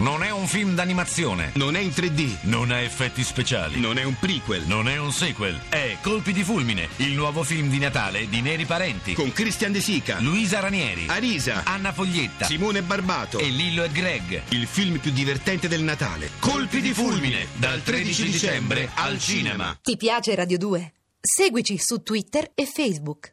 Non è un film d'animazione. Non è in 3D. Non ha effetti speciali. Non è un prequel. Non è un sequel. È Colpi di fulmine, il nuovo film di Natale di Neri Parenti. Con Christian De Sica, Luisa Ranieri, Arisa, Anna Foglietta, Simone Barbato e Lillo e Greg. Il film più divertente del Natale. Colpi di fulmine, dal 13 dicembre al cinema. Ti piace Radio 2? Seguici su Twitter e Facebook.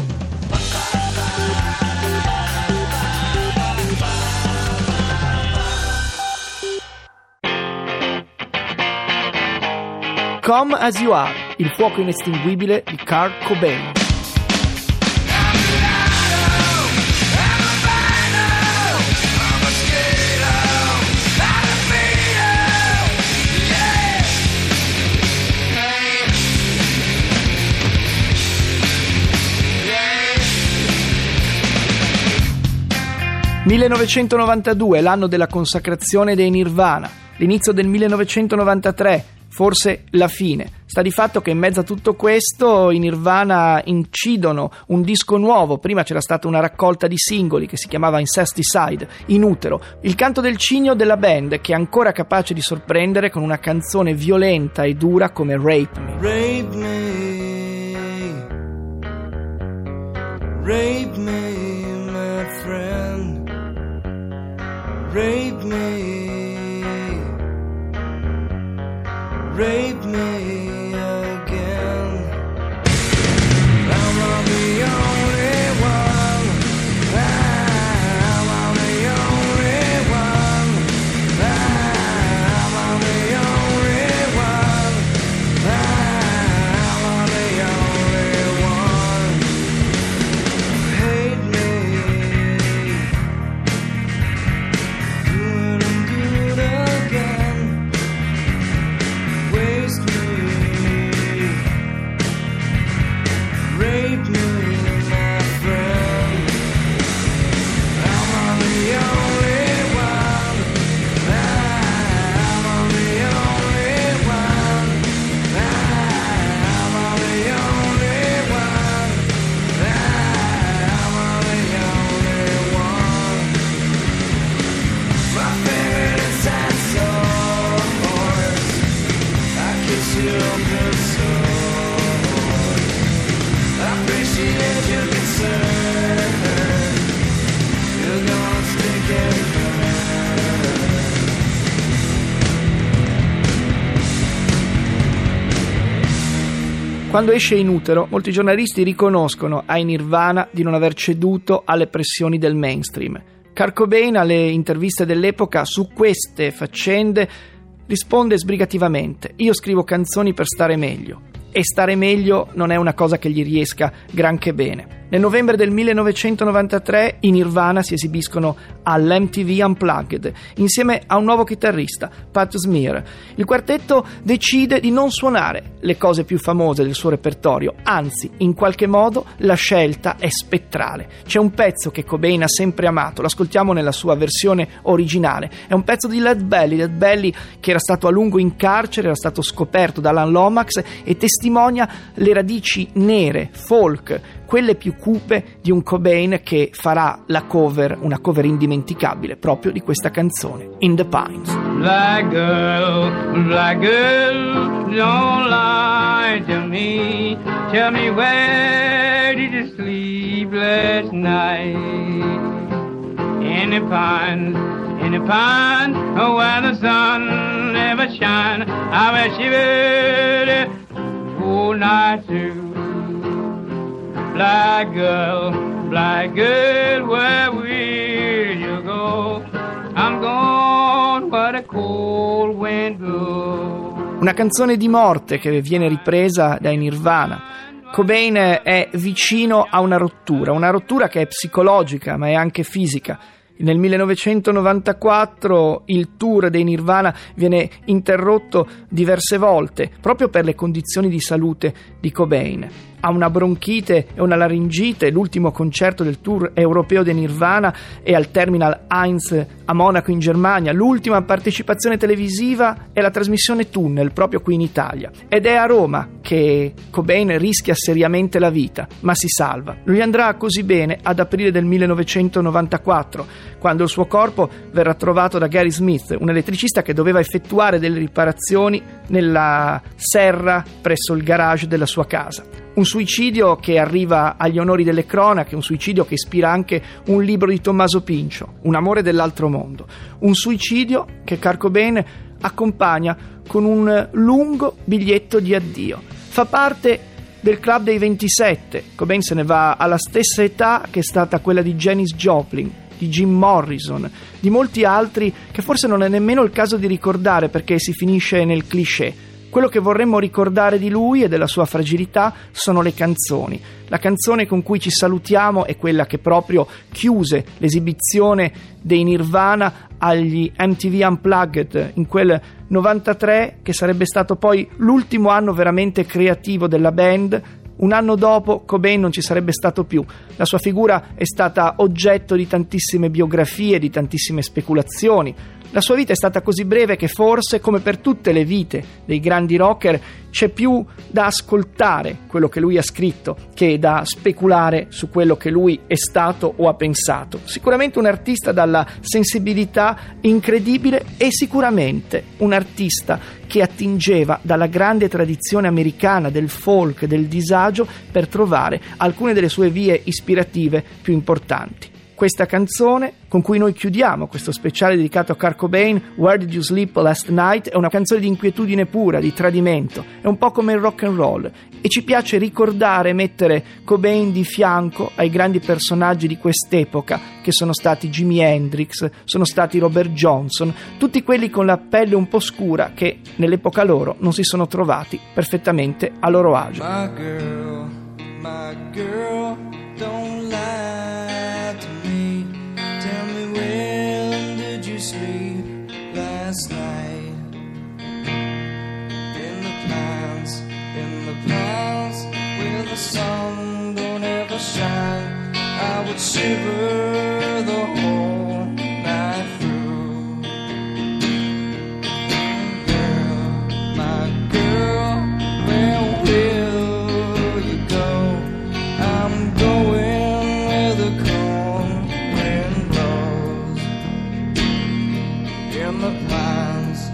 Come As You Are, il fuoco inestinguibile di Kurt Cobain. «1992, l'anno della consacrazione dei Nirvana, l'inizio del 1993, forse la fine. Sta di fatto che in mezzo a tutto questo i Nirvana incidono un disco nuovo. Prima c'era stata una raccolta di singoli che si chiamava Incesticide, In utero, il canto del cigno della band, che è ancora capace di sorprendere con una canzone violenta e dura come Rape Me. Rape me, rape me, my friend. Rape me, rape me again. I'm on the only one. I'm on the only one. I'm on the only one. I'm on the only one. Hate me, do it and do it again. Waste me, rape me, my friend. I'm on the only one. I'm on the only one. I'm on the only one. I'm on the only one. My favorite is I kiss you on the sword. I appreciate your concern. You're gonna stick it Quando esce In utero, molti giornalisti riconoscono ai Nirvana di non aver ceduto alle pressioni del mainstream. Kurt Cobain, alle interviste dell'epoca su queste faccende, risponde sbrigativamente: io scrivo canzoni per stare meglio, e stare meglio non è una cosa che gli riesca granché bene. Nel novembre del 1993 i Nirvana si esibiscono all'MTV Unplugged insieme a un nuovo chitarrista, Pat Smear. Il quartetto decide di non suonare le cose più famose del suo repertorio, anzi, in qualche modo la scelta è spettrale. C'è un pezzo che Cobain ha sempre amato, l'ascoltiamo nella sua versione originale, è un pezzo di Lead Belly che era stato a lungo in carcere, era stato scoperto da Alan Lomax e testimonia le radici nere, folk, quelle più cupe di un Cobain che farà la cover, una cover indimenticabile proprio di questa canzone, In the Pines. Black girl, don't lie to me. Tell me, where did you sleep last night? In the pines, where the sun never shines. I wish you would all night through. Black girl, where will you go? I'm gone where the cold wind blows. Una canzone di morte che viene ripresa dai Nirvana. Cobain è vicino a una rottura che è psicologica ma è anche fisica. Nel 1994 il tour dei Nirvana viene interrotto diverse volte proprio per le condizioni di salute di Cobain. ha una bronchite e una laringite, l'ultimo concerto del tour europeo di Nirvana è al Terminal Heinz a Monaco in Germania, l'ultima partecipazione televisiva è la trasmissione Tunnel proprio qui in Italia, ed è a Roma che Cobain rischia seriamente la vita, ma si salva. Non gli andrà così bene ad aprile del 1994, quando il suo corpo verrà trovato da Gary Smith, un elettricista che doveva effettuare delle riparazioni nella serra presso il garage della sua casa. Un suicidio che arriva agli onori delle cronache, un suicidio che ispira anche un libro di Tommaso Pincio, Un amore dell'altro mondo. Un suicidio che Kurt Cobain accompagna con un lungo biglietto di addio. Fa parte del club dei 27. Cobain se ne va alla stessa età che è stata quella di Janis Joplin, di Jim Morrison, di molti altri che forse non è nemmeno il caso di ricordare perché si finisce nel cliché. Quello che vorremmo ricordare di lui e della sua fragilità sono le canzoni. La canzone con cui ci salutiamo è quella che proprio chiuse l'esibizione dei Nirvana agli MTV Unplugged in quel 93, che sarebbe stato poi l'ultimo anno veramente creativo della band. Un anno dopo Cobain non ci sarebbe stato più. La sua figura è stata oggetto di tantissime biografie, di tantissime speculazioni. La sua vita è stata così breve che forse, come per tutte le vite dei grandi rocker, c'è più da ascoltare quello che lui ha scritto che da speculare su quello che lui è stato o ha pensato. Sicuramente un artista dalla sensibilità incredibile e sicuramente un artista che attingeva dalla grande tradizione americana del folk, del disagio, per trovare alcune delle sue vie ispirative più importanti. Questa canzone con cui noi chiudiamo questo speciale dedicato a Kurt Cobain, Where Did You Sleep Last Night, è una canzone di inquietudine pura, di tradimento, è un po' come il rock and roll e ci piace ricordare e mettere Cobain di fianco ai grandi personaggi di quest'epoca che sono stati Jimi Hendrix, sono stati Robert Johnson, tutti quelli con la pelle un po' scura che nell'epoca loro non si sono trovati perfettamente a loro agio. My girl, don't lie to me. Tell me, when did you sleep last night? In the pines, where the sun don't ever shine, I would shiver the whole night through. Girl, my girl, where will you go? I'm going where the cold wind blows. In the pines,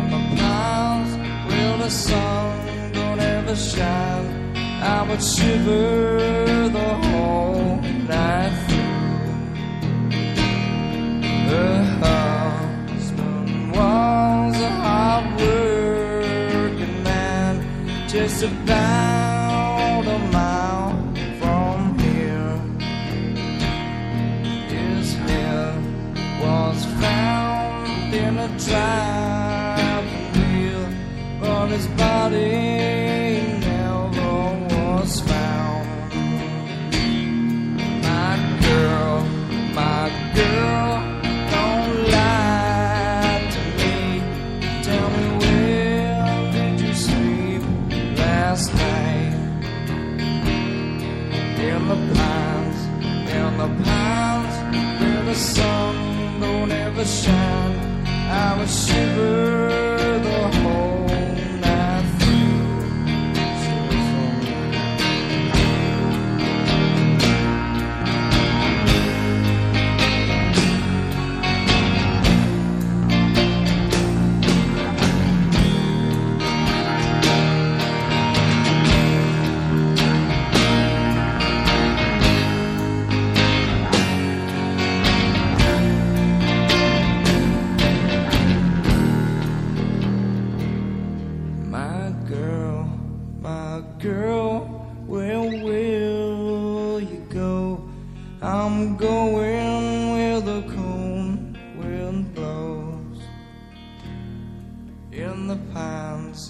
where the sun don't ever shine, I would shiver the whole night through. Her husband was a hard-working man, just about a mile from here. His head was found in a driving wheel, but his body never was found. My girl, don't lie to me. Tell me, where did you sleep last night? In the pines, where the sun don't ever shine, I would shiver the whole night through. My girl, where will you go? I'm going where the cold wind blows. In the pines,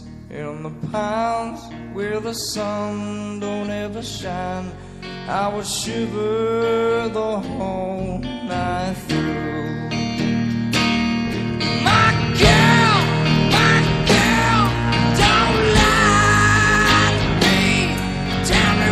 where the sun don't ever shine, I would shiver the whole night through. My girl, don't lie to me. Tell me,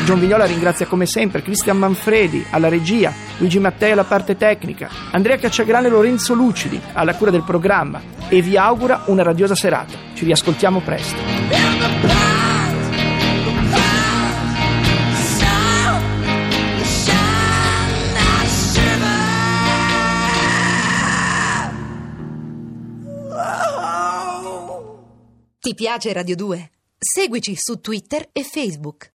John Vignola ringrazia come sempre Cristian Manfredi alla regia, Luigi Mattei alla parte tecnica, Andrea Cacciagrane e Lorenzo Lucidi alla cura del programma e vi augura una radiosa serata. Ci riascoltiamo presto. Ti piace Radio 2? Seguici su Twitter e Facebook.